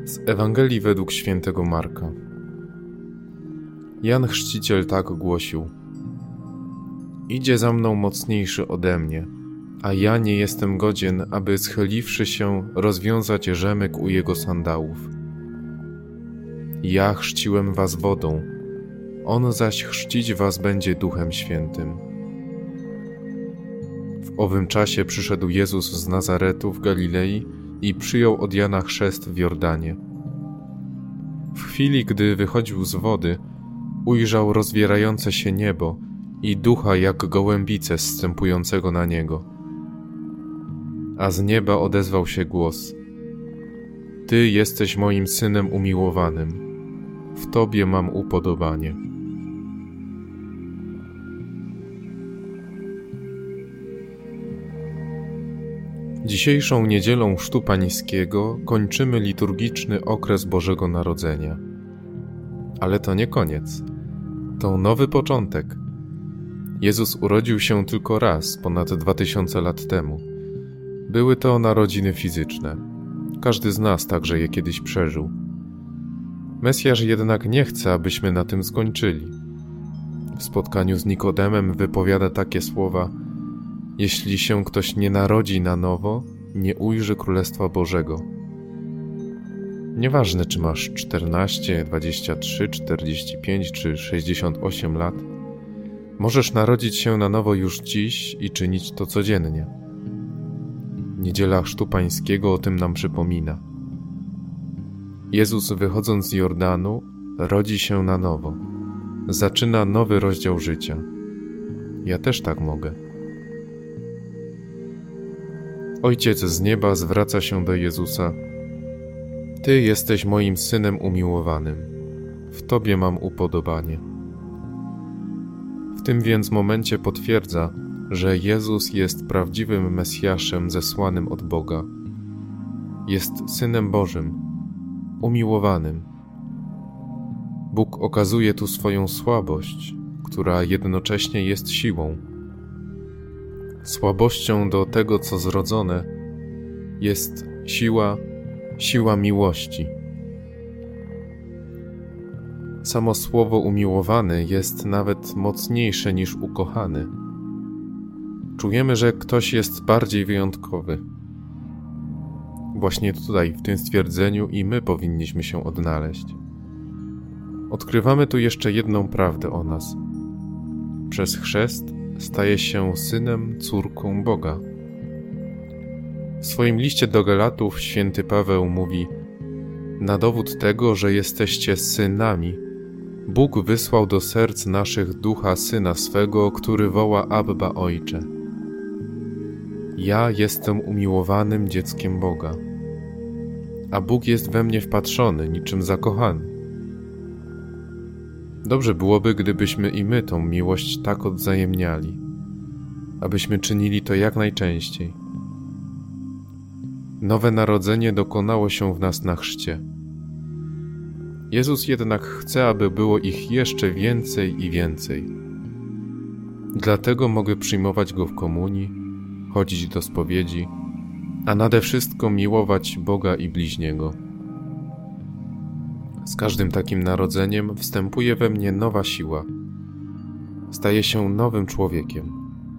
Z Ewangelii według świętego Marka. Jan Chrzciciel tak głosił: Idzie za mną mocniejszy ode mnie, a ja nie jestem godzien, aby schyliwszy się, rozwiązać rzemek u jego sandałów. Ja chrzciłem was wodą, on zaś chrzcić was będzie Duchem Świętym. W owym czasie przyszedł Jezus z Nazaretu w Galilei i przyjął od Jana chrzest w Jordanie. W chwili, gdy wychodził z wody, ujrzał rozwierające się niebo i Ducha jak gołębicę zstępującego na niego. A z nieba odezwał się głos: Ty jesteś moim Synem umiłowanym, w Tobie mam upodobanie. Dzisiejszą niedzielą Chrztu Pańskiego kończymy liturgiczny okres Bożego Narodzenia. Ale to nie koniec. To nowy początek. Jezus urodził się tylko raz, ponad 2000 lat temu. Były to narodziny fizyczne. Każdy z nas także je kiedyś przeżył. Mesjasz jednak nie chce, abyśmy na tym skończyli. W spotkaniu z Nikodemem wypowiada takie słowa: Jeśli się ktoś nie narodzi na nowo, nie ujrzy Królestwa Bożego. Nieważne, czy masz 14, 23, 45 czy 68 lat, możesz narodzić się na nowo już dziś i czynić to codziennie. Niedziela Chrztu Pańskiego o tym nam przypomina. Jezus, wychodząc z Jordanu, rodzi się na nowo. Zaczyna nowy rozdział życia. Ja też tak mogę. Ojciec z nieba zwraca się do Jezusa: Ty jesteś moim Synem umiłowanym, w Tobie mam upodobanie. W tym więc momencie potwierdza, że Jezus jest prawdziwym Mesjaszem zesłanym od Boga. Jest Synem Bożym, umiłowanym. Bóg okazuje tu swoją słabość, która jednocześnie jest siłą. Słabością do tego, co zrodzone, jest siła miłości. Samo słowo umiłowany jest nawet mocniejsze niż ukochany. Czujemy, że ktoś jest bardziej wyjątkowy. Właśnie tutaj, w tym stwierdzeniu, i my powinniśmy się odnaleźć. Odkrywamy tu jeszcze jedną prawdę o nas. Przez chrzest staje się synem, córką Boga. W swoim liście do Galatów święty Paweł mówi: Na dowód tego, że jesteście synami, Bóg wysłał do serc naszych ducha Syna swego, który woła: Abba, Ojcze. Ja jestem umiłowanym dzieckiem Boga, a Bóg jest we mnie wpatrzony, niczym zakochany. Dobrze byłoby, gdybyśmy i my tą miłość tak odwzajemniali, abyśmy czynili to jak najczęściej. Nowe narodzenie dokonało się w nas na chrzcie. Jezus jednak chce, aby było ich jeszcze więcej i więcej. Dlatego mogę przyjmować Go w komunii, chodzić do spowiedzi, a nade wszystko miłować Boga i bliźniego. Z każdym takim narodzeniem wstępuje we mnie nowa siła. Staję się nowym człowiekiem.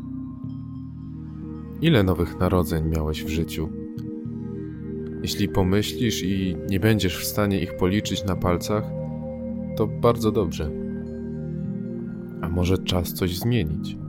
Ile nowych narodzeń miałeś w życiu? Jeśli pomyślisz i nie będziesz w stanie ich policzyć na palcach, to bardzo dobrze. A może czas coś zmienić?